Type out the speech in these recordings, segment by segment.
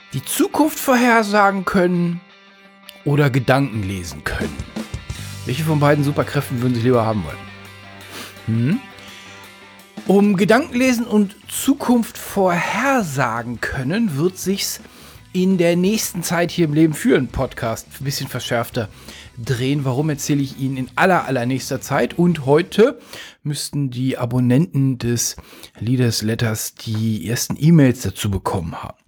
die Zukunft vorhersagen können oder Gedanken lesen können. Welche von beiden Superkräften würden Sie lieber haben wollen? Um Gedanken lesen und Zukunft vorhersagen können, wird sich's in der nächsten Zeit hier im Leben führen Podcast ein bisschen verschärfter drehen. Warum, erzähle ich Ihnen in allernächster Zeit. Und heute müssten die Abonnenten des Leaders Letters die ersten E-Mails dazu bekommen haben.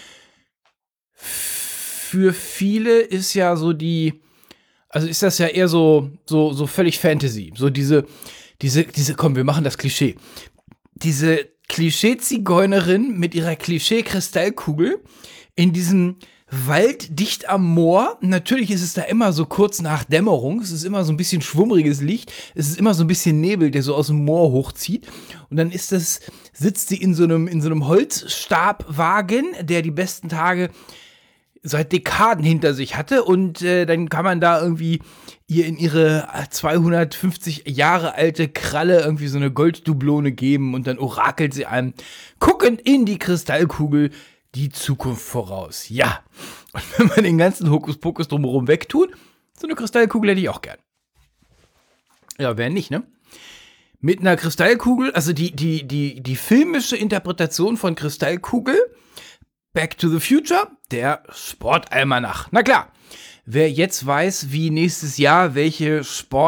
Für viele ist ja so ist das ja eher so völlig Fantasy. So diese, komm, wir machen das Klischee. Diese Klischee-Zigeunerin mit ihrer Klischee-Kristallkugel in diesem Wald dicht am Moor. Natürlich ist es da immer so kurz nach Dämmerung. Es ist immer so ein bisschen schwummriges Licht. Es ist immer so ein bisschen Nebel, der so aus dem Moor hochzieht. Und dann sitzt sie in so einem Holzstabwagen, der die besten Tage seit Dekaden hinter sich hatte, und dann kann man da irgendwie ihr in ihre 250 Jahre alte Kralle irgendwie so eine Golddublone geben und dann orakelt sie einem guckend in die Kristallkugel die Zukunft voraus. Ja, und wenn wir den ganzen Hokuspokus drumherum wegtun, so eine Kristallkugel hätte ich auch gern. Ja, wer nicht, ne? Mit einer Kristallkugel, also die filmische Interpretation von Kristallkugel, Back to the Future, der Sportalmanach. Na klar, wer jetzt weiß, wie nächstes Jahr welche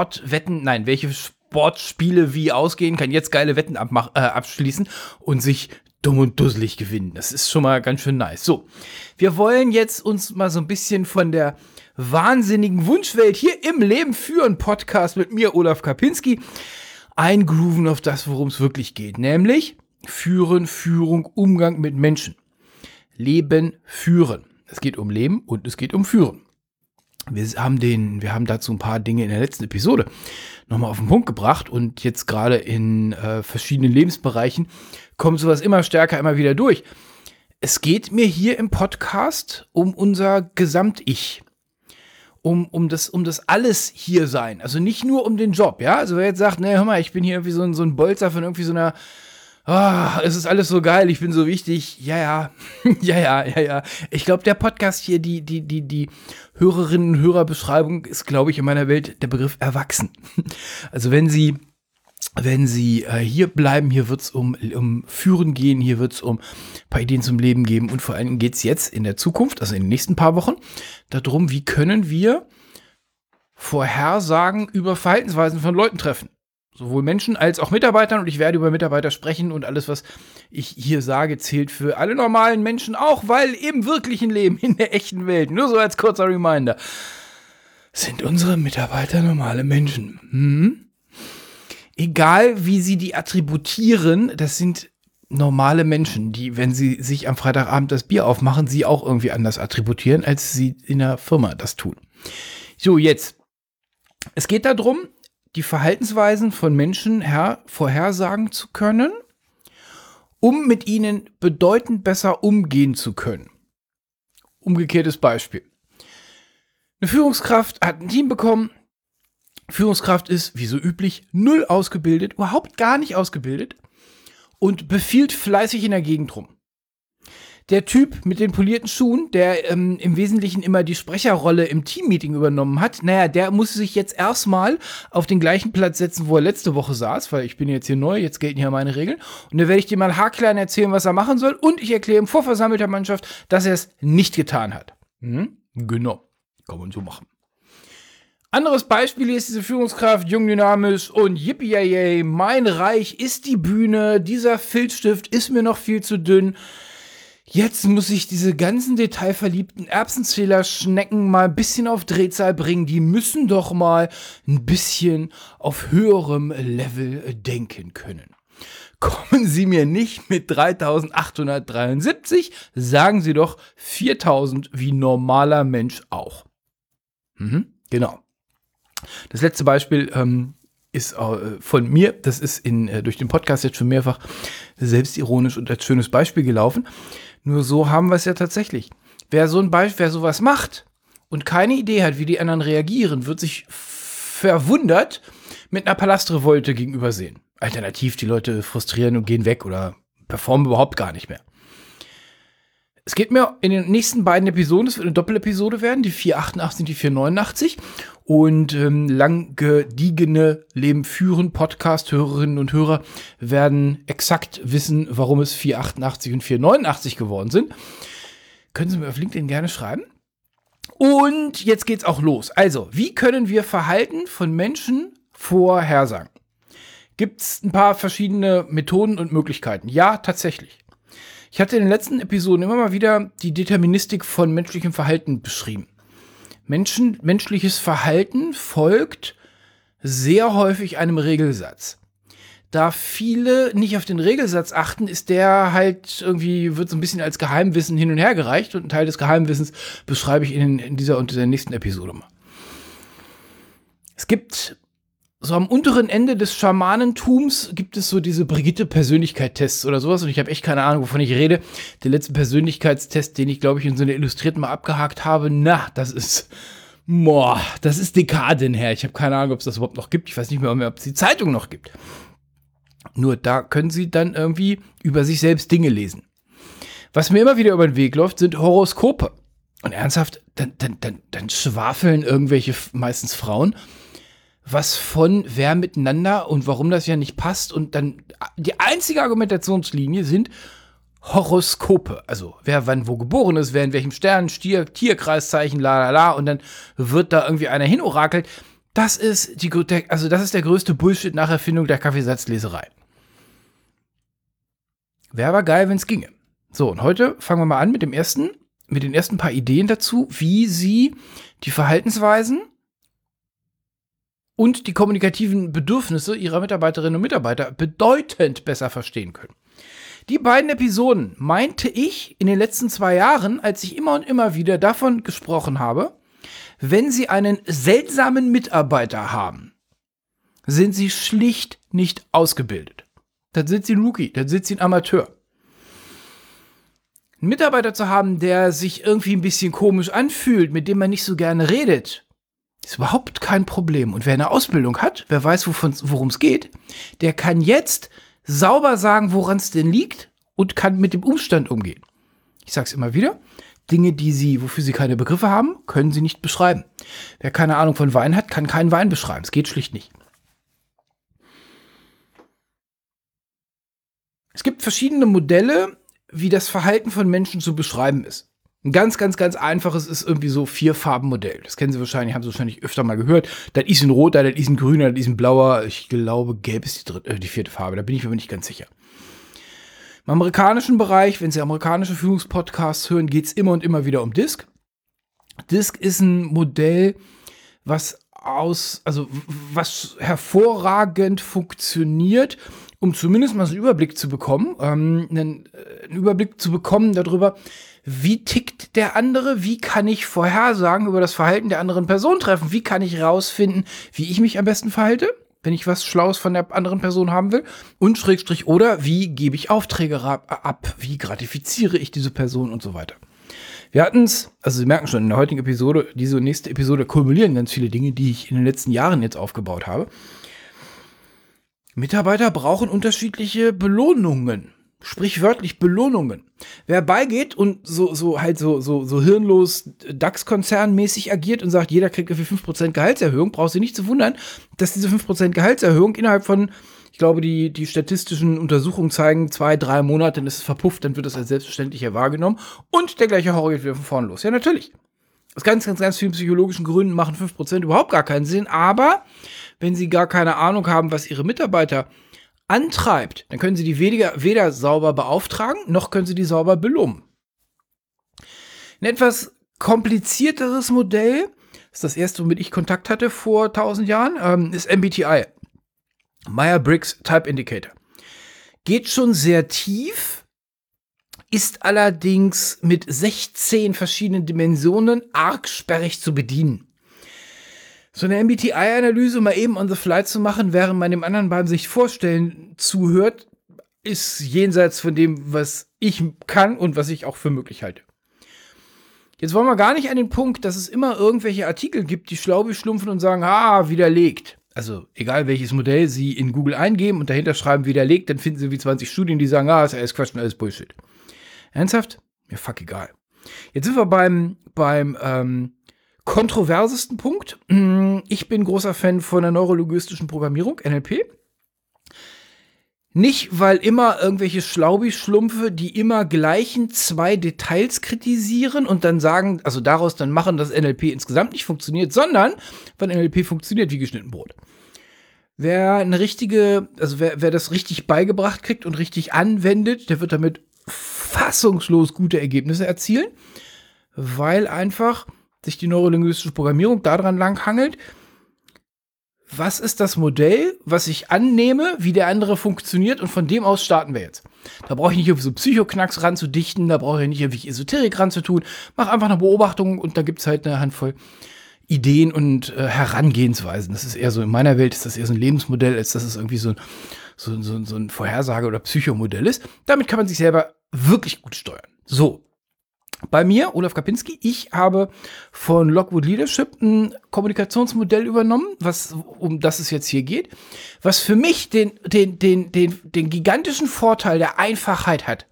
Sportspiele wie ausgehen, kann jetzt geile Wetten abschließen und sich dumm und dusselig gewinnen. Das ist schon mal ganz schön nice. So, wir wollen jetzt uns mal so ein bisschen von der wahnsinnigen Wunschwelt hier im Leben führen Podcast mit mir, Olaf Kapinski, eingrooven auf das, worum es wirklich geht. Nämlich Führung, Umgang mit Menschen. Leben führen. Es geht um Leben und es geht um Führen. Wir haben dazu ein paar Dinge in der letzten Episode nochmal auf den Punkt gebracht, und jetzt gerade in verschiedenen Lebensbereichen kommt sowas immer stärker, immer wieder durch. Es geht mir hier im Podcast um unser Gesamt-Ich. Um das alles hier sein. Also nicht nur um den Job, ja? Also wer jetzt sagt, ne, hör mal, ich bin hier irgendwie so ein Bolzer von irgendwie so einer es ist alles so geil, ich bin so wichtig. Ja. Ich glaube, der Podcast hier, die Hörerinnen und Hörerbeschreibung ist, glaube ich, in meiner Welt der Begriff erwachsen. Also wenn Sie hier bleiben, hier wird es um Führen gehen, hier wird es um ein paar Ideen zum Leben geben, und vor allem geht es jetzt in der Zukunft, also in den nächsten paar Wochen, darum, wie können wir Vorhersagen über Verhaltensweisen von Leuten treffen. Sowohl Menschen als auch Mitarbeitern, und ich werde über Mitarbeiter sprechen, und alles, was ich hier sage, zählt für alle normalen Menschen auch, weil im wirklichen Leben, in der echten Welt, nur so als kurzer Reminder, sind unsere Mitarbeiter normale Menschen. Egal, wie sie die attributieren, das sind normale Menschen, die, wenn sie sich am Freitagabend das Bier aufmachen, sie auch irgendwie anders attributieren, als sie in der Firma das tun. So, jetzt. Es geht darum, die Verhaltensweisen von Menschen vorhersagen zu können, um mit ihnen bedeutend besser umgehen zu können. Umgekehrtes Beispiel. Eine Führungskraft hat ein Team bekommen. Führungskraft ist, wie so üblich, null ausgebildet, überhaupt gar nicht ausgebildet, und befiehlt fleißig in der Gegend rum. Der Typ mit den polierten Schuhen, der im Wesentlichen immer die Sprecherrolle im Teammeeting übernommen hat, der muss sich jetzt erstmal auf den gleichen Platz setzen, wo er letzte Woche saß, weil ich bin jetzt hier neu, jetzt gelten hier meine Regeln. Und da werde ich dir mal haarklein erzählen, was er machen soll, und ich erkläre ihm vor versammelter Mannschaft, dass er es nicht getan hat. Genau, kann man so machen. Anderes Beispiel ist diese Führungskraft, jung, dynamisch und yippie, mein Reich ist die Bühne, dieser Filzstift ist mir noch viel zu dünn. Jetzt muss ich diese ganzen detailverliebten Erbsenzähler-Schnecken mal ein bisschen auf Drehzahl bringen. Die müssen doch mal ein bisschen auf höherem Level denken können. Kommen Sie mir nicht mit 3873, sagen Sie doch 4000 wie normaler Mensch auch. Genau. Das letzte Beispiel ist von mir, das ist durch den Podcast jetzt schon mehrfach selbstironisch und als schönes Beispiel gelaufen. Nur so haben wir es ja tatsächlich. Wer sowas macht und keine Idee hat, wie die anderen reagieren, wird sich verwundert mit einer Palastrevolte gegenübersehen. Alternativ die Leute frustrieren und gehen weg oder performen überhaupt gar nicht mehr. Es geht mir in den nächsten beiden Episoden, es wird eine Doppelepisode werden, die 488 und die 489. Und lang gediegene Leben führen Podcast-Hörerinnen und Hörer werden exakt wissen, warum es 488 und 489 geworden sind. Können Sie mir auf LinkedIn gerne schreiben. Und jetzt geht's auch los. Also, wie können wir Verhalten von Menschen vorhersagen? Gibt's ein paar verschiedene Methoden und Möglichkeiten? Ja, tatsächlich. Ich hatte in den letzten Episoden immer mal wieder die Deterministik von menschlichem Verhalten beschrieben. Menschliches Verhalten folgt sehr häufig einem Regelsatz. Da viele nicht auf den Regelsatz achten, ist der halt irgendwie, wird so ein bisschen als Geheimwissen hin und her gereicht. Und einen Teil des Geheimwissens beschreibe ich in dieser und der nächsten Episode mal. Es gibt so am unteren Ende des Schamanentums gibt es so diese Brigitte-Persönlichkeit-Tests oder sowas. Und ich habe echt keine Ahnung, wovon ich rede. Der letzte Persönlichkeitstest, den ich, glaube ich, in so einer Illustrierten mal abgehakt habe, das ist Dekaden her. Ich habe keine Ahnung, ob es das überhaupt noch gibt. Ich weiß nicht mehr, ob es die Zeitung noch gibt. Nur da können Sie dann irgendwie über sich selbst Dinge lesen. Was mir immer wieder über den Weg läuft, sind Horoskope. Und ernsthaft, dann schwafeln irgendwelche, meistens Frauen, was von wer miteinander und warum das ja nicht passt. Und dann die einzige Argumentationslinie sind Horoskope. Also wer wann wo geboren ist, wer in welchem Stern, Stier, Tierkreiszeichen, und dann wird da irgendwie einer hinorakelt. Das ist der größte Bullshit nach Erfindung der Kaffeesatzleserei. Wäre aber geil, wenn es ginge. So, und heute fangen wir mal an mit den ersten paar Ideen dazu, wie Sie die Verhaltensweisen und die kommunikativen Bedürfnisse Ihrer Mitarbeiterinnen und Mitarbeiter bedeutend besser verstehen können. Die beiden Episoden meinte ich in den letzten 2 Jahren, als ich immer und immer wieder davon gesprochen habe, wenn Sie einen seltsamen Mitarbeiter haben, sind Sie schlicht nicht ausgebildet. Dann sind Sie ein Rookie, dann sind Sie ein Amateur. Einen Mitarbeiter zu haben, der sich irgendwie ein bisschen komisch anfühlt, mit dem man nicht so gerne redet, ist überhaupt kein Problem. Und wer eine Ausbildung hat, wer weiß, worum es geht, der kann jetzt sauber sagen, woran es denn liegt und kann mit dem Umstand umgehen. Ich sage es immer wieder, Dinge, wofür Sie keine Begriffe haben, können Sie nicht beschreiben. Wer keine Ahnung von Wein hat, kann keinen Wein beschreiben. Es geht schlicht nicht. Es gibt verschiedene Modelle, wie das Verhalten von Menschen zu beschreiben ist. Ein ganz, ganz, ganz einfaches ist irgendwie so 4-Farben-Modell. Das kennen Sie wahrscheinlich, haben Sie wahrscheinlich öfter mal gehört. Das ist ein roter, das ist ein grüner, das ist ein blauer. Ich glaube, gelb ist die 4. Farbe. Da bin ich mir aber nicht ganz sicher. Im amerikanischen Bereich, wenn Sie amerikanische Führungspodcasts hören, geht es immer und immer wieder um DISC. DISC ist ein Modell, was hervorragend funktioniert, um zumindest mal so einen Überblick zu bekommen. Einen Überblick zu bekommen darüber, wie tickt der andere, wie kann ich Vorhersagen über das Verhalten der anderen Person treffen, wie kann ich rausfinden, wie ich mich am besten verhalte, wenn ich was Schlaues von der anderen Person haben will, und oder wie gebe ich Aufträge ab, wie gratifiziere ich diese Person und so weiter. Wir hatten es, also Sie merken schon, in der heutigen Episode, diese nächste Episode kumulieren ganz viele Dinge, die ich in den letzten Jahren jetzt aufgebaut habe. Mitarbeiter brauchen unterschiedliche Belohnungen. Sprichwörtlich Belohnungen. Wer beigeht und so hirnlos DAX-Konzernmäßig agiert und sagt, jeder kriegt irgendwie 5% Gehaltserhöhung, brauchst du nicht zu wundern, dass diese 5% Gehaltserhöhung innerhalb von, ich glaube, die statistischen Untersuchungen zeigen, 2-3 Monate, dann ist es verpufft, dann wird es als selbstverständlich wahrgenommen und der gleiche Horror geht wieder von vorne los. Ja, natürlich. Aus ganz, ganz, ganz vielen psychologischen Gründen machen 5% überhaupt gar keinen Sinn, aber wenn Sie gar keine Ahnung haben, was Ihre Mitarbeiter antreibt, dann können Sie die weder sauber beauftragen, noch können Sie die sauber belohnen. Ein etwas komplizierteres Modell, das ist das erste, womit ich Kontakt hatte vor 1000 Jahren, ist MBTI. Myers-Briggs Type Indicator. Geht schon sehr tief, ist allerdings mit 16 verschiedenen Dimensionen arg sperrig zu bedienen. So eine MBTI-Analyse mal eben on the fly zu machen, während man dem anderen beim sich vorstellen zuhört, ist jenseits von dem, was ich kann und was ich auch für möglich halte. Jetzt wollen wir gar nicht an den Punkt, dass es immer irgendwelche Artikel gibt, die schlau schlumpfen und sagen, widerlegt. Also egal welches Modell Sie in Google eingeben und dahinter schreiben widerlegt, dann finden Sie wie 20 Studien, die sagen, ist alles Quatsch und alles Bullshit. Ernsthaft? Mir fuck egal. Jetzt sind wir beim kontroversesten Punkt. Ich bin großer Fan von der neurolingvistischen Programmierung, NLP. Nicht, weil immer irgendwelche Schlaubi-Schlumpfe die immer gleichen 2 Details kritisieren und dann sagen, also daraus dann machen, dass NLP insgesamt nicht funktioniert, sondern weil NLP funktioniert wie geschnitten Brot. Wer das richtig beigebracht kriegt und richtig anwendet, der wird damit fassungslos gute Ergebnisse erzielen, weil einfach sich die neurolinguistische Programmierung daran langhangelt, was ist das Modell, was ich annehme, wie der andere funktioniert und von dem aus starten wir jetzt. Da brauche ich nicht irgendwie so Psychoknacks ranzudichten, da brauche ich nicht irgendwie Esoterik ranzutun, mach einfach eine Beobachtung und da gibt es halt eine Handvoll Ideen und Herangehensweisen. Das ist eher so, in meiner Welt ist das eher so ein Lebensmodell, als dass es irgendwie so ein Vorhersage- oder Psychomodell ist. Damit kann man sich selber wirklich gut steuern. So. Bei mir, Olaf Kapinski, ich habe von Lockwood Leadership ein Kommunikationsmodell übernommen, um das es jetzt hier geht, was für mich den gigantischen Vorteil der Einfachheit hat.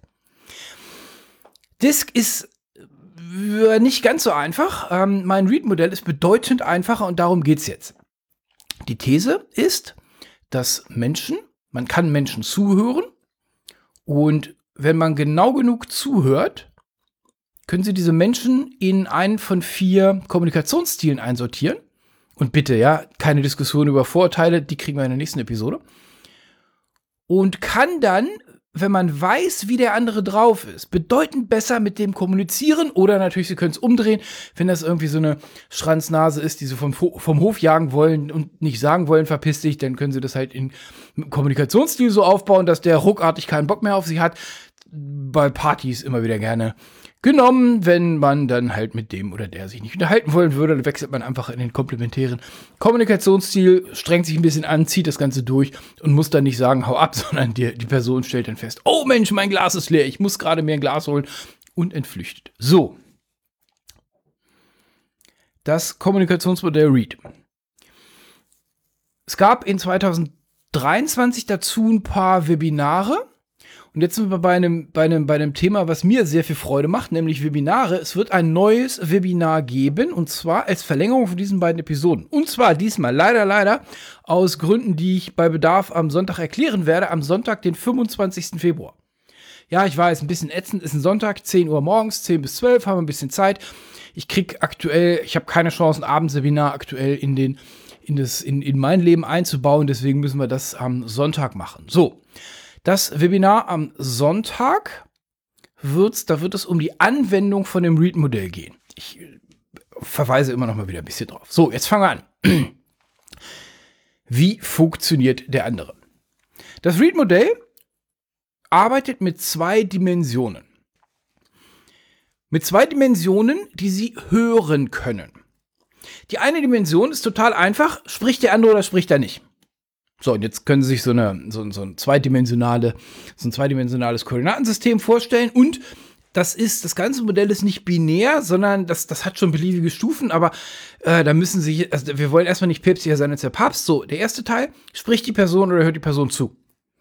Disk ist nicht ganz so einfach. Mein Read-Modell ist bedeutend einfacher und darum geht's jetzt. Die These ist, dass man kann Menschen zuhören und wenn man genau genug zuhört, können Sie diese Menschen in einen von 4 Kommunikationsstilen einsortieren. Und bitte, ja, keine Diskussion über Vorurteile, die kriegen wir in der nächsten Episode. Und kann dann, wenn man weiß, wie der andere drauf ist, bedeutend besser mit dem kommunizieren. Oder natürlich, Sie können es umdrehen, wenn das irgendwie so eine Schranznase ist, die Sie vom Hof jagen wollen und nicht sagen wollen, verpiss dich, dann können Sie das halt in Kommunikationsstil so aufbauen, dass der ruckartig keinen Bock mehr auf Sie hat. Bei Partys immer wieder gerne genommen, wenn man dann halt mit dem oder der sich nicht unterhalten wollen würde, dann wechselt man einfach in den komplementären Kommunikationsstil, strengt sich ein bisschen an, zieht das Ganze durch und muss dann nicht sagen, hau ab, sondern die Person stellt dann fest, oh Mensch, mein Glas ist leer, ich muss gerade mir ein Glas holen und entflüchtet. So. Das Kommunikationsmodell READ. Es gab in 2023 dazu ein paar Webinare. Und jetzt sind wir bei einem Thema, was mir sehr viel Freude macht, nämlich Webinare. Es wird ein neues Webinar geben, und zwar als Verlängerung von diesen beiden Episoden. Und zwar diesmal leider aus Gründen, die ich bei Bedarf am Sonntag erklären werde, am Sonntag, den 25. Februar. Ja, ich weiß, ein bisschen ätzend, ist ein Sonntag, 10 Uhr morgens, 10 bis 12, haben wir ein bisschen Zeit. Ich habe keine Chance, ein Abendseminar aktuell in mein Leben einzubauen, deswegen müssen wir das am Sonntag machen. So. Das Webinar am Sonntag da wird es um die Anwendung von dem READ-Modell gehen. Ich verweise immer noch mal wieder ein bisschen drauf. So, jetzt fangen wir an. Wie funktioniert der andere? Das READ-Modell arbeitet mit 2 Dimensionen. Mit 2 Dimensionen, die Sie hören können. Die eine Dimension ist total einfach. Spricht der andere oder spricht er nicht? So, und jetzt können Sie sich so ein zweidimensionales Koordinatensystem vorstellen. Und das ganze Modell ist nicht binär, sondern das hat schon beliebige Stufen, aber da müssen Sie, also wir wollen erstmal nicht päpstlicher sein als der Papst. So, der erste Teil, spricht die Person oder hört die Person zu?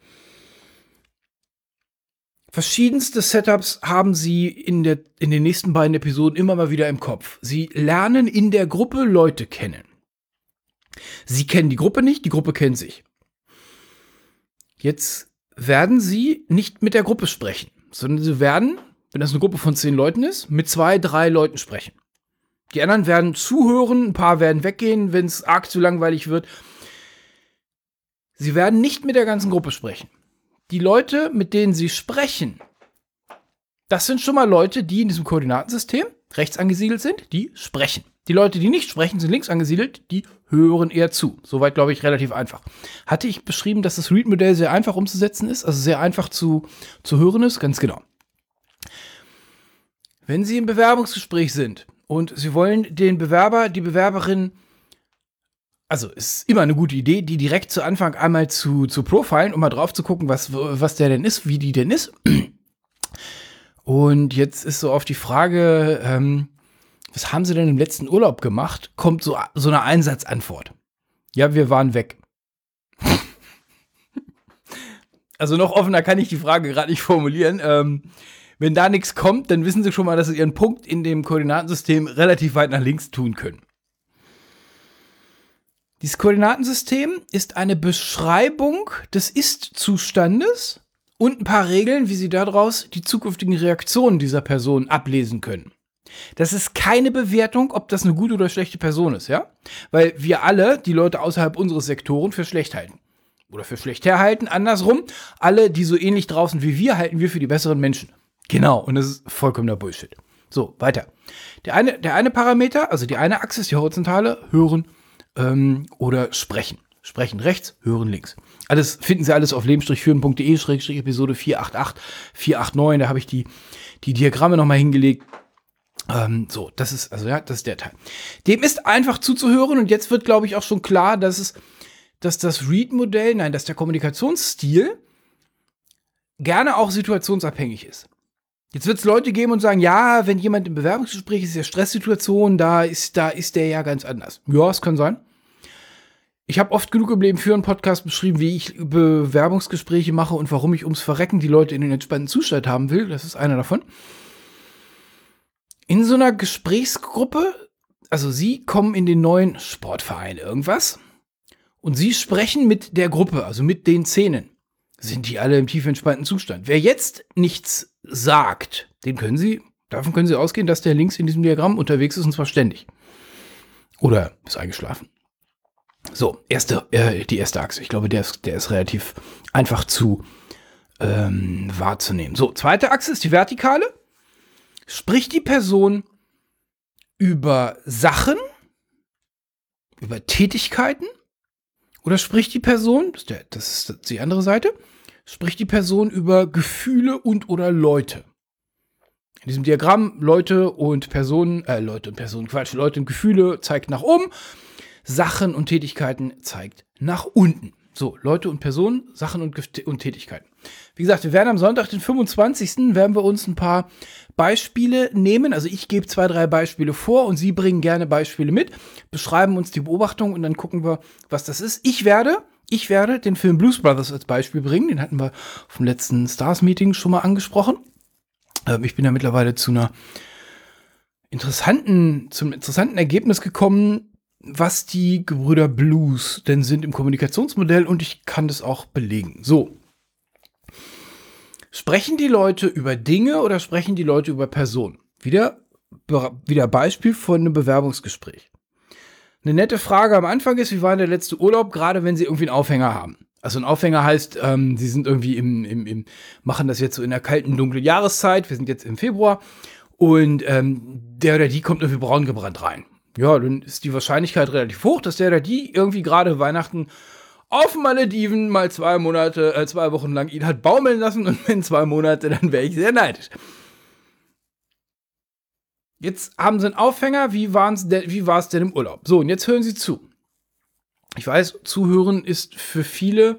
Verschiedenste Setups haben Sie in den nächsten beiden Episoden immer mal wieder im Kopf. Sie lernen in der Gruppe Leute kennen. Sie kennen die Gruppe nicht, die Gruppe kennt sich. Jetzt werden Sie nicht mit der Gruppe sprechen, sondern Sie werden, wenn das eine Gruppe von 10 Leuten ist, mit 2, 3 Leuten sprechen. Die anderen werden zuhören, ein paar werden weggehen, wenn es arg zu langweilig wird. Sie werden nicht mit der ganzen Gruppe sprechen. Die Leute, mit denen Sie sprechen, das sind schon mal Leute, die in diesem Koordinatensystem rechts angesiedelt sind, die sprechen. Die Leute, die nicht sprechen, sind links angesiedelt, die hören eher zu. Soweit, glaube ich, relativ einfach. Hatte ich beschrieben, dass das READ-Modell sehr einfach umzusetzen ist, also sehr einfach zu hören ist? Ganz genau. Wenn Sie im Bewerbungsgespräch sind und Sie wollen den Bewerber, die Bewerberin, also es ist immer eine gute Idee, die direkt zu Anfang einmal zu profilen, um mal drauf zu gucken, was der denn ist, wie die denn ist. Und jetzt ist so auf die Frage, was haben Sie denn im letzten Urlaub gemacht? Kommt so eine Einsatzantwort. Ja, wir waren weg. Also noch offener kann ich die Frage gerade nicht formulieren. Wenn da nichts kommt, dann wissen Sie schon mal, dass Sie Ihren Punkt in dem Koordinatensystem relativ weit nach links tun können. Dieses Koordinatensystem ist eine Beschreibung des Ist-Zustandes und ein paar Regeln, wie Sie daraus die zukünftigen Reaktionen dieser Person ablesen können. Das ist keine Bewertung, ob das eine gute oder schlechte Person ist, ja? Weil wir alle, die Leute außerhalb unseres Sektoren, für schlecht halten. Oder für schlechter halten, andersrum. Alle, die so ähnlich drauf sind wie wir, halten wir für die besseren Menschen. Genau, und das ist vollkommener Bullshit. So, weiter. Der eine Parameter, also die eine Achse ist die horizontale, hören oder sprechen. Sprechen rechts, hören links. Alles finden Sie alles auf leben-führen.de/Episode 488, 489. Da habe ich die Diagramme nochmal hingelegt. So, das ist der Teil. Dem ist einfach zuzuhören und jetzt wird, glaube ich, auch schon klar, dass das Read-Modell, dass der Kommunikationsstil gerne auch situationsabhängig ist. Jetzt wird es Leute geben und sagen, ja, wenn jemand im Bewerbungsgespräch ist, ja Stresssituation, da ist der ja ganz anders. Ja, es kann sein. Ich habe oft genug im Leben für einen Podcast beschrieben, wie ich Bewerbungsgespräche mache und warum ich ums Verrecken die Leute in den entspannten Zustand haben will. Das ist einer davon. In so einer Gesprächsgruppe, also Sie kommen in den neuen Sportverein irgendwas und Sie sprechen mit der Gruppe, also mit den Szenen. Sind die alle im tief entspannten Zustand? Wer jetzt nichts sagt, davon können Sie ausgehen, dass der links in diesem Diagramm unterwegs ist und zwar ständig. Oder ist eingeschlafen. So, die erste Achse. Ich glaube, der ist relativ einfach zu wahrzunehmen. So, zweite Achse ist die vertikale. Spricht die Person über Sachen, über Tätigkeiten? Oder spricht die Person, das ist die andere Seite, spricht die Person über Gefühle und oder Leute? In diesem Diagramm Leute und Gefühle zeigt nach oben, Sachen und Tätigkeiten zeigt nach unten. So, Leute und Personen, Sachen und Tätigkeiten. Wie gesagt, wir werden am Sonntag, den 25. werden wir uns ein paar Beispiele nehmen. Also ich gebe 2, 3 Beispiele vor und Sie bringen gerne Beispiele mit, beschreiben uns die Beobachtung und dann gucken wir, was das ist. Ich werde den Film Blues Brothers als Beispiel bringen. Den hatten wir vom letzten Stars-Meeting schon mal angesprochen. Ich bin ja mittlerweile zum interessanten Ergebnis gekommen, was die Gebrüder Blues denn sind im Kommunikationsmodell und ich kann das auch belegen. So. Sprechen die Leute über Dinge oder sprechen die Leute über Personen? Wieder Beispiel von einem Bewerbungsgespräch. Eine nette Frage am Anfang ist, wie war der letzte Urlaub, gerade wenn Sie irgendwie einen Aufhänger haben. Also ein Aufhänger heißt, Sie sind irgendwie machen das jetzt so in der kalten, dunklen Jahreszeit, wir sind jetzt im Februar und der oder die kommt irgendwie braun gebrannt rein. Ja, dann ist die Wahrscheinlichkeit relativ hoch, dass der oder die irgendwie gerade Weihnachten auf Malediven mal 2 Wochen lang ihn hat baumeln lassen und wenn 2 Monate, dann wäre ich sehr neidisch. Jetzt haben Sie einen Aufhänger, wie war es denn im Urlaub? So, und jetzt hören Sie zu. Ich weiß, Zuhören ist für viele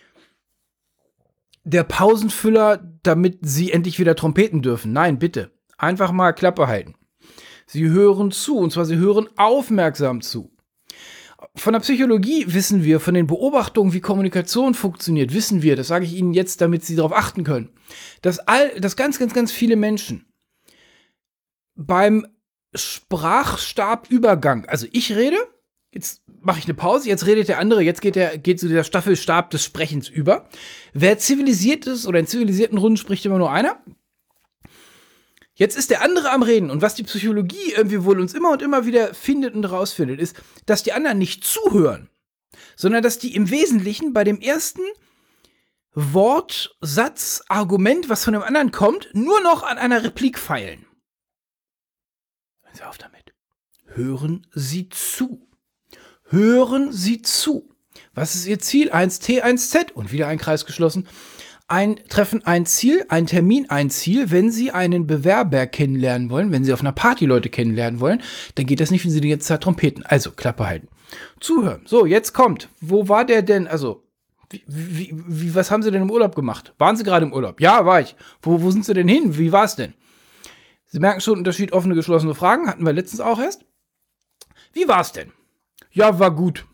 der Pausenfüller, damit Sie endlich wieder trompeten dürfen. Nein, bitte. Einfach mal Klappe halten. Sie hören zu, und zwar Sie hören aufmerksam zu. Von der Psychologie wissen wir, von den Beobachtungen, wie Kommunikation funktioniert, wissen wir, das sage ich Ihnen jetzt, damit Sie darauf achten können, dass ganz, ganz, ganz viele Menschen beim Sprachstabübergang, also ich rede, jetzt mache ich eine Pause, jetzt redet der andere, jetzt geht so der Staffelstab des Sprechens über. Wer zivilisiert ist oder in zivilisierten Runden spricht immer nur einer. Jetzt ist der andere am Reden und was die Psychologie irgendwie wohl uns immer und immer wieder findet und rausfindet, ist, dass die anderen nicht zuhören, sondern dass die im Wesentlichen bei dem ersten Wort, Satz, Argument, was von dem anderen kommt, nur noch an einer Replik feilen. Hören Sie auf damit. Hören Sie zu. Hören Sie zu. Was ist Ihr Ziel? 1T, 1Z und wieder ein Kreis geschlossen. Ein Treffen, ein Ziel, ein Termin, ein Ziel. Wenn Sie einen Bewerber kennenlernen wollen, wenn Sie auf einer Party Leute kennenlernen wollen, dann geht das nicht, wenn Sie die ganze Zeit trompeten. Also, Klappe halten. Zuhören. So, jetzt kommt. Wo war der denn? Also, was haben Sie denn im Urlaub gemacht? Waren Sie gerade im Urlaub? Ja, war ich. Wo sind Sie denn hin? Wie war es denn? Sie merken schon, Unterschied offene, geschlossene Fragen. Hatten wir letztens auch erst. Wie war es denn? Ja, war gut.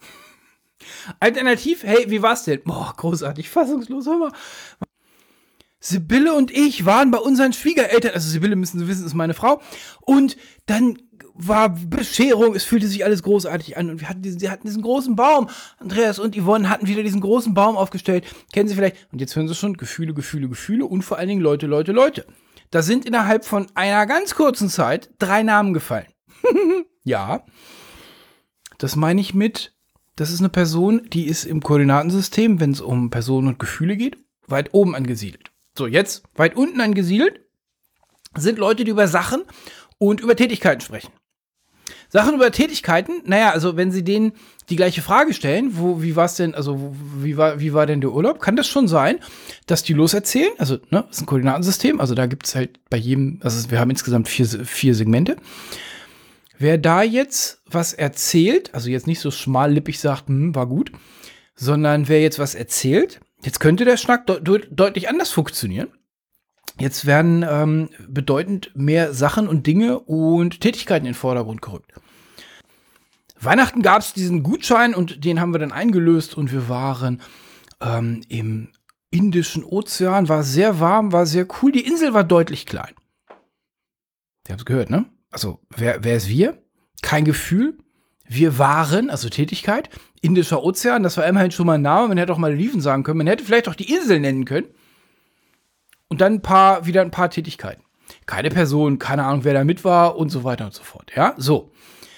Alternativ, hey, wie war's denn? Boah, großartig, fassungslos, hör mal. Sibylle und ich waren bei unseren Schwiegereltern, also Sibylle, müssen Sie wissen, ist meine Frau, und dann war Bescherung, es fühlte sich alles großartig an und sie hatten diesen großen Baum. Andreas und Yvonne hatten wieder diesen großen Baum aufgestellt. Kennen Sie vielleicht? Und jetzt hören Sie schon, Gefühle, Gefühle, Gefühle und vor allen Dingen Leute, Leute, Leute. Da sind innerhalb von einer ganz kurzen Zeit 3 Namen gefallen. Ja, das meine ich das ist eine Person, die ist im Koordinatensystem, wenn es um Personen und Gefühle geht, weit oben angesiedelt. So, jetzt weit unten angesiedelt sind Leute, die über Sachen und über Tätigkeiten sprechen. Sachen über Tätigkeiten, naja, also wenn Sie denen die gleiche Frage stellen, wie war es denn, also wie war denn der Urlaub, kann das schon sein, dass die loserzählen, also, ne, das ist ein Koordinatensystem, also da gibt es halt bei jedem, also wir haben insgesamt 4 Segmente. Wer da jetzt was erzählt, also jetzt nicht so schmallippig sagt, war gut, sondern wer jetzt was erzählt, jetzt könnte der Schnack deutlich anders funktionieren. Jetzt werden bedeutend mehr Sachen und Dinge und Tätigkeiten in den Vordergrund gerückt. Weihnachten gab es diesen Gutschein und den haben wir dann eingelöst und wir waren im Indischen Ozean, war sehr warm, war sehr cool. Die Insel war deutlich klein. Sie haben es gehört, ne? Also, wer ist wir? Kein Gefühl. Wir waren, also Tätigkeit, Indischer Ozean, das war immerhin schon mal ein Name. Man hätte auch Malediven sagen können. Man hätte vielleicht auch die Insel nennen können. Und dann wieder ein paar Tätigkeiten. Keine Person, keine Ahnung, wer da mit war und so weiter und so fort. Ja, so.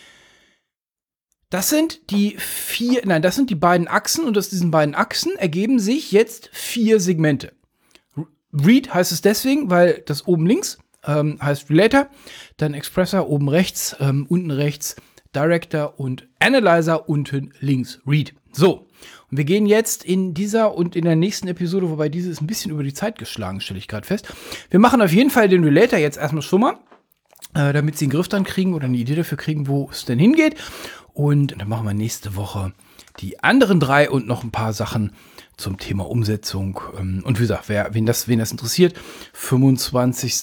Das sind die beiden Achsen und aus diesen beiden Achsen ergeben sich jetzt 4 Segmente. Read heißt es deswegen, weil das oben links heißt Relator, dann Expressor oben rechts, unten rechts Director und Analyzer unten links Read. So. Und wir gehen jetzt in dieser und in der nächsten Episode, wobei diese ist ein bisschen über die Zeit geschlagen, stelle ich gerade fest. Wir machen auf jeden Fall den Relator jetzt erstmal schon mal, damit Sie einen Griff dann kriegen oder eine Idee dafür kriegen, wo es denn hingeht. Und dann machen wir nächste Woche die anderen 3 und noch ein paar Sachen zum Thema Umsetzung. Und wie gesagt, wen das interessiert, 25.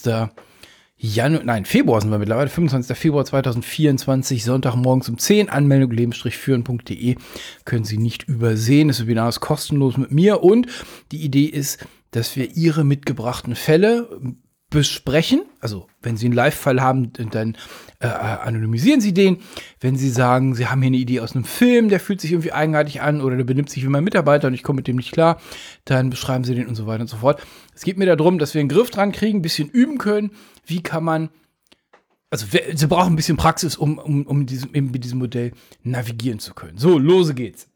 Februar sind wir mittlerweile, 25. Februar 2024, Sonntagmorgens um 10, Anmeldung leben-führen.de, können Sie nicht übersehen. Das Webinar ist kostenlos mit mir und die Idee ist, dass wir Ihre mitgebrachten Fälle besprechen. Also, wenn Sie einen Live-Fall haben, dann anonymisieren Sie den. Wenn Sie sagen, Sie haben hier eine Idee aus einem Film, der fühlt sich irgendwie eigenartig an oder der benimmt sich wie mein Mitarbeiter und ich komme mit dem nicht klar, dann beschreiben Sie den und so weiter und so fort. Es geht mir darum, dass wir einen Griff dran kriegen, ein bisschen üben können. Wie kann man, also Sie brauchen ein bisschen Praxis, um mit diesem Modell navigieren zu können. So, lose geht's.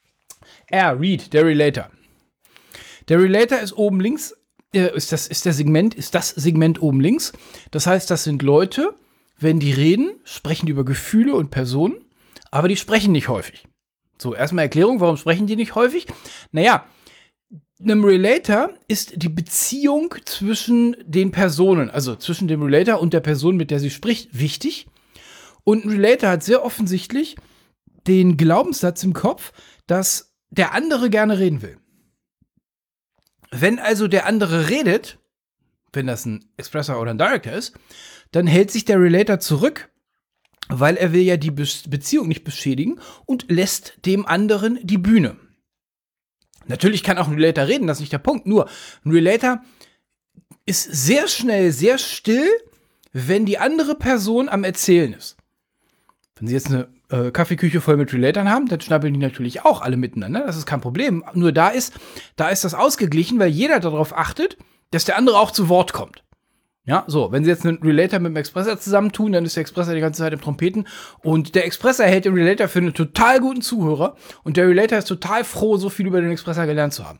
Read, der Relator. Der Relator ist oben links, ist das Segment oben links. Das heißt, das sind Leute, wenn die reden, sprechen die über Gefühle und Personen, aber die sprechen nicht häufig. So, erstmal Erklärung, warum sprechen die nicht häufig? Naja, einem Relator ist die Beziehung zwischen den Personen, also zwischen dem Relator und der Person, mit der sie spricht, wichtig. Und ein Relator hat sehr offensichtlich den Glaubenssatz im Kopf, dass der andere gerne reden will. Wenn also der andere redet, wenn das ein Expressor oder ein Director ist, dann hält sich der Relator zurück, weil er will ja die Beziehung nicht beschädigen und lässt dem anderen die Bühne. Natürlich kann auch ein Relator reden, das ist nicht der Punkt. Nur, ein Relator ist sehr schnell, sehr still, wenn die andere Person am Erzählen ist. Wenn Sie jetzt eine Kaffeeküche voll mit Relatoren haben, dann schnappeln die natürlich auch alle miteinander. Das ist kein Problem. Nur da ist das ausgeglichen, weil jeder darauf achtet, dass der andere auch zu Wort kommt. Ja, so, wenn Sie jetzt einen Relator mit dem Expressor zusammentun, dann ist der Expressor die ganze Zeit im Trompeten und der Expressor hält den Relator für einen total guten Zuhörer und der Relator ist total froh, so viel über den Expressor gelernt zu haben.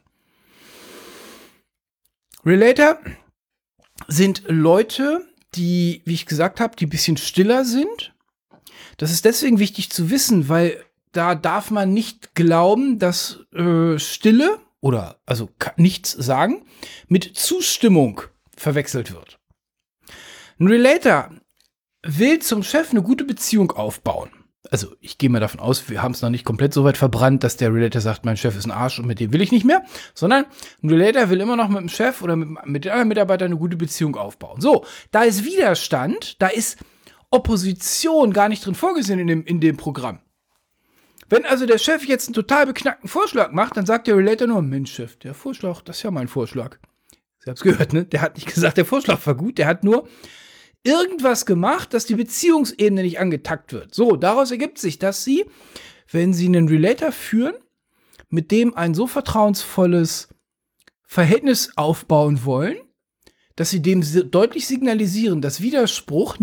Relator sind Leute, die, wie ich gesagt habe, die ein bisschen stiller sind. Das ist deswegen wichtig zu wissen, weil da darf man nicht glauben, dass Stille oder also nichts sagen mit Zustimmung verwechselt wird. Ein Relator will zum Chef eine gute Beziehung aufbauen. Also ich gehe mal davon aus, wir haben es noch nicht komplett so weit verbrannt, dass der Relator sagt, mein Chef ist ein Arsch und mit dem will ich nicht mehr, sondern ein Relator will immer noch mit dem Chef oder mit den anderen Mitarbeitern eine gute Beziehung aufbauen. So, da ist Widerstand, da ist Opposition gar nicht drin vorgesehen in dem Programm. Wenn also der Chef jetzt einen total beknackten Vorschlag macht, dann sagt der Relator nur, Mensch Chef, der Vorschlag, das ist ja mein Vorschlag. Sie haben es gehört, ne? Der hat nicht gesagt, der Vorschlag war gut, der hat nur irgendwas gemacht, dass die Beziehungsebene nicht angetackt wird. So, daraus ergibt sich, dass Sie, wenn Sie einen Relator führen, mit dem ein so vertrauensvolles Verhältnis aufbauen wollen, dass Sie dem deutlich signalisieren, dass Widerspruch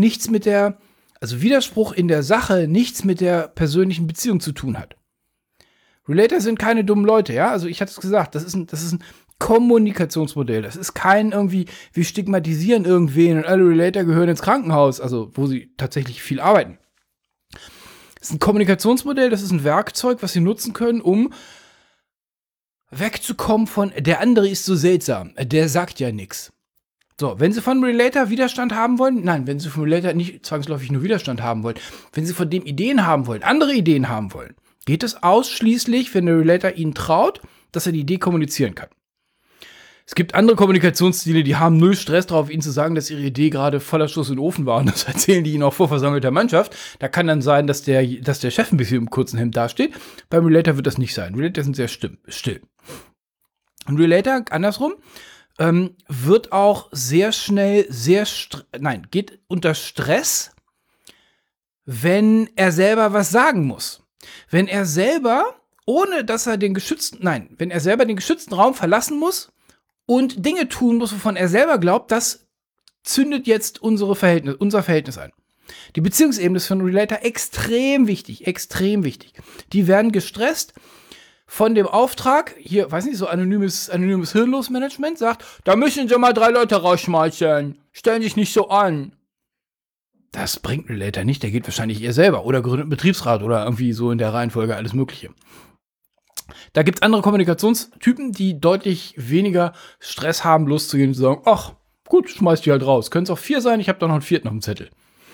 in der Sache nichts mit der persönlichen Beziehung zu tun hat. Relator sind keine dummen Leute, ja? Also ich hatte es gesagt, das ist ein Kommunikationsmodell. Das ist kein irgendwie, wir stigmatisieren irgendwen und alle Relator gehören ins Krankenhaus, also wo sie tatsächlich viel arbeiten. Das ist ein Kommunikationsmodell, das ist ein Werkzeug, was sie nutzen können, um wegzukommen von, der andere ist so seltsam, der sagt ja nichts. So, wenn Sie von Relator Widerstand haben wollen, wenn Sie von Relator nicht zwangsläufig nur Widerstand haben wollen, wenn Sie von dem Ideen haben wollen, andere Ideen haben wollen, geht es ausschließlich, wenn der Relator Ihnen traut, dass er die Idee kommunizieren kann. Es gibt andere Kommunikationsstile, die haben null Stress drauf, Ihnen zu sagen, dass Ihre Idee gerade voller Schuss in den Ofen war. Und das erzählen die Ihnen auch vor versammelter Mannschaft. Da kann dann sein, dass der Chef ein bisschen im kurzen Hemd dasteht. Beim Relator wird das nicht sein. Relator sind sehr still. Und Relator, andersrum, wird auch sehr schnell geht unter Stress, wenn er selber was sagen muss. Wenn er selber, wenn er selber den geschützten Raum verlassen muss und Dinge tun muss, wovon er selber glaubt, das zündet jetzt unser Verhältnis ein. Die Beziehungsebene ist für einen Relator extrem wichtig. Die werden gestresst von dem Auftrag, hier, weiß nicht, so anonymes Hirnlosmanagement, sagt, da müssen Sie mal 3 Leute rausschmeißen, stellen sich nicht so an. Das bringt ein Relator nicht, der geht wahrscheinlich eher selber oder gründet einen Betriebsrat oder irgendwie so in der Reihenfolge alles Mögliche. Da gibt es andere Kommunikationstypen, die deutlich weniger Stress haben, loszugehen und zu sagen, ach, gut, schmeiß die halt raus. Können es auch 4 sein, ich habe da noch einen 4. auf dem Zettel.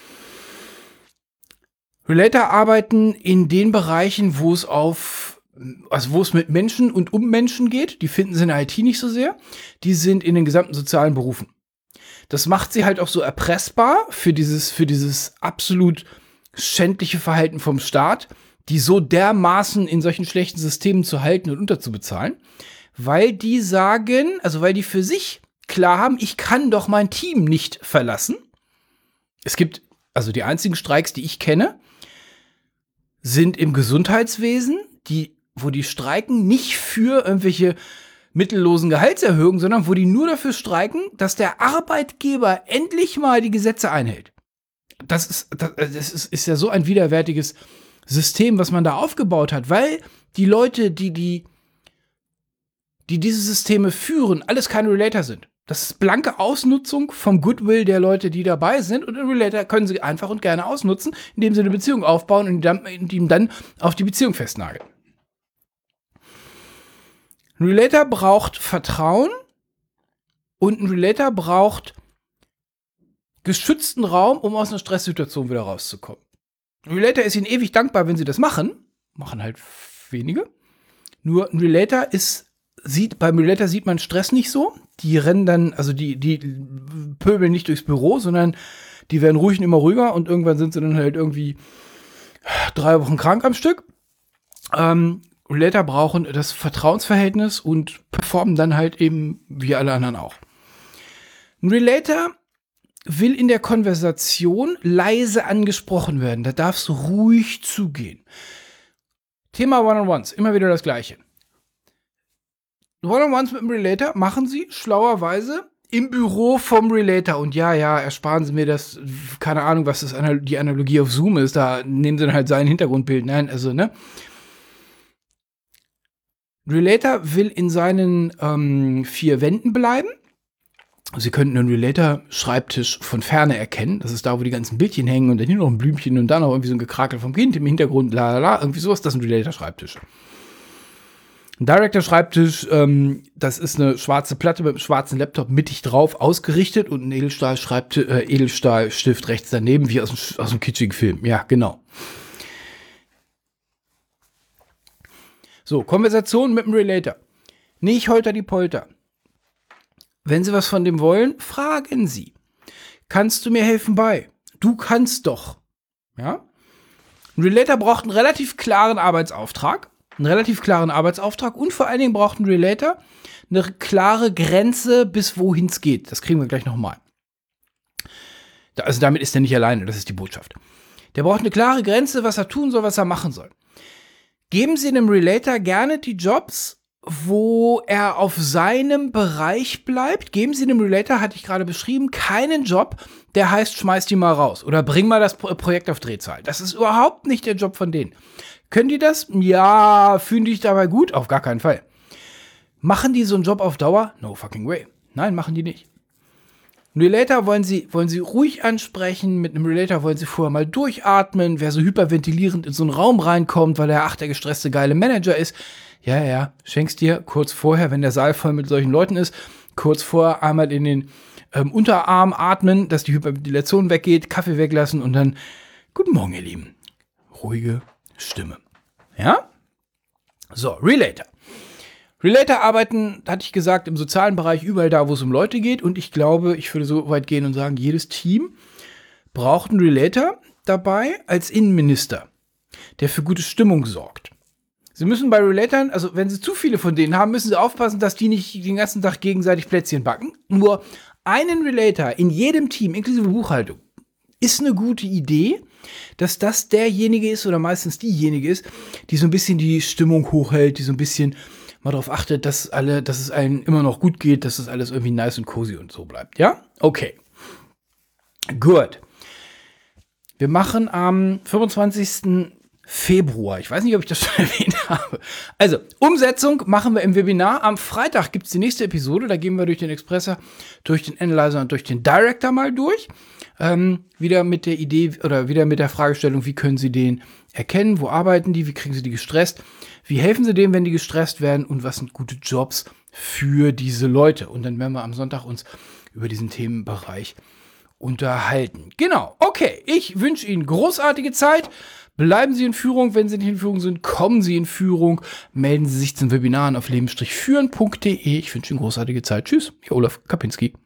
Relator arbeiten in den Bereichen, wo es mit Menschen und um Menschen geht. Die finden sie in der IT nicht so sehr. Die sind in den gesamten sozialen Berufen. Das macht sie halt auch so erpressbar für dieses absolut schändliche Verhalten vom Staat, die so dermaßen in solchen schlechten Systemen zu halten und unterzubezahlen, weil die sagen, also weil die für sich klar haben, ich kann doch mein Team nicht verlassen. Es gibt, also die einzigen Streiks, die ich kenne, sind im Gesundheitswesen, wo die streiken nicht für irgendwelche mittellosen Gehaltserhöhungen, sondern wo die nur dafür streiken, dass der Arbeitgeber endlich mal die Gesetze einhält. Das ist ja so ein widerwärtiges System, was man da aufgebaut hat, weil die Leute, die diese Systeme führen, alles keine Relator sind. Das ist blanke Ausnutzung vom Goodwill der Leute, die dabei sind. Und einen Relator können sie einfach und gerne ausnutzen, indem sie eine Beziehung aufbauen und ihm dann auf die Beziehung festnageln. Ein Relator braucht Vertrauen und ein Relator braucht geschützten Raum, um aus einer Stresssituation wieder rauszukommen. Ein Relator ist ihnen ewig dankbar, wenn sie das machen. Machen halt wenige. Nur ein Relator beim Relator sieht man Stress nicht so. Die rennen dann, also die pöbeln nicht durchs Büro, sondern die werden ruhig und immer ruhiger und irgendwann sind sie dann halt irgendwie 3 Wochen krank am Stück. Relator brauchen das Vertrauensverhältnis und performen dann halt eben wie alle anderen auch. Ein Relator will in der Konversation leise angesprochen werden. Da darfst du ruhig zugehen. Thema One-on-Ones, immer wieder das Gleiche. One-on-Ones mit dem Relator machen sie schlauerweise im Büro vom Relator. Und ja, ersparen Sie mir das, keine Ahnung, was die Analogie auf Zoom ist. Da nehmen sie dann halt sein Hintergrundbild. Nein, also, ne? Relator will in seinen 4 Wänden bleiben. Sie könnten einen Relator-Schreibtisch von Ferne erkennen. Das ist da, wo die ganzen Bildchen hängen und dann hier noch ein Blümchen und dann noch irgendwie so ein Gekrakel vom Kind im Hintergrund, irgendwie sowas. Das sind Relator-Schreibtische. Ein Director-Schreibtisch, das ist eine schwarze Platte mit einem schwarzen Laptop mittig drauf ausgerichtet und ein Edelstahlstift rechts daneben, wie aus einem kitschigen Film. Ja, genau. So, Konversation mit dem Relator. Nicht holter die Polter. Wenn Sie was von dem wollen, fragen Sie. Kannst du mir helfen bei? Du kannst doch. Ja? Ein Relator braucht einen relativ klaren Arbeitsauftrag. Und vor allen Dingen braucht ein Relator eine klare Grenze, bis wohin es geht. Das kriegen wir gleich nochmal. Also damit ist er nicht alleine, das ist die Botschaft. Der braucht eine klare Grenze, was er tun soll, was er machen soll. Geben Sie einem Relator gerne die Jobs, wo er auf seinem Bereich bleibt. Geben Sie dem Relator, hatte ich gerade beschrieben, keinen Job, der heißt, schmeiß die mal raus oder bring mal das Projekt auf Drehzahl. Das ist überhaupt nicht der Job von denen. Können die das? Ja. Fühlen die sich dabei gut? Auf gar keinen Fall. Machen die so einen Job auf Dauer? No fucking way. Nein, machen die nicht. Einen Relator wollen sie ruhig ansprechen. Mit einem Relator wollen sie vorher mal durchatmen. Wer so hyperventilierend in so einen Raum reinkommt, weil er der gestresste geile Manager ist. Ja, schenkst dir kurz vorher, wenn der Saal voll mit solchen Leuten ist, kurz vorher einmal in den Unterarm atmen, dass die Hyperventilation weggeht, Kaffee weglassen und dann, guten Morgen, ihr Lieben. Ruhige Stimme. Ja? So, Relator. Relator arbeiten, hatte ich gesagt, im sozialen Bereich überall da, wo es um Leute geht. Und ich glaube, ich würde so weit gehen und sagen, jedes Team braucht einen Relator dabei als Innenminister, der für gute Stimmung sorgt. Sie müssen bei Relatoren, also wenn Sie zu viele von denen haben, müssen Sie aufpassen, dass die nicht den ganzen Tag gegenseitig Plätzchen backen. Nur einen Relator in jedem Team, inklusive Buchhaltung, ist eine gute Idee, dass das derjenige ist oder meistens diejenige ist, die so ein bisschen die Stimmung hochhält, die so ein bisschen mal darauf achtet, dass es allen immer noch gut geht, dass das alles irgendwie nice und cozy und so bleibt. Ja? Okay. Gut. Wir machen am 25. Februar. Ich weiß nicht, ob ich das schon erwähnt habe. Also, Umsetzung machen wir im Webinar. Am Freitag gibt es die nächste Episode. Da gehen wir durch den Expressor, durch den Analyzer und durch den Director mal durch. Wieder mit der Idee oder wieder mit der Fragestellung, wie können Sie den erkennen? Wo arbeiten die? Wie kriegen Sie die gestresst? Wie helfen Sie dem, wenn die gestresst werden? Und was sind gute Jobs für diese Leute? Und dann werden wir am Sonntag uns über diesen Themenbereich unterhalten. Genau. Okay. Ich wünsche Ihnen großartige Zeit. Bleiben Sie in Führung, wenn Sie nicht in Führung sind, kommen Sie in Führung, melden Sie sich zum Webinaren auf leben-führen.de. Ich wünsche Ihnen großartige Zeit. Tschüss, Ihr Olaf Kapinski.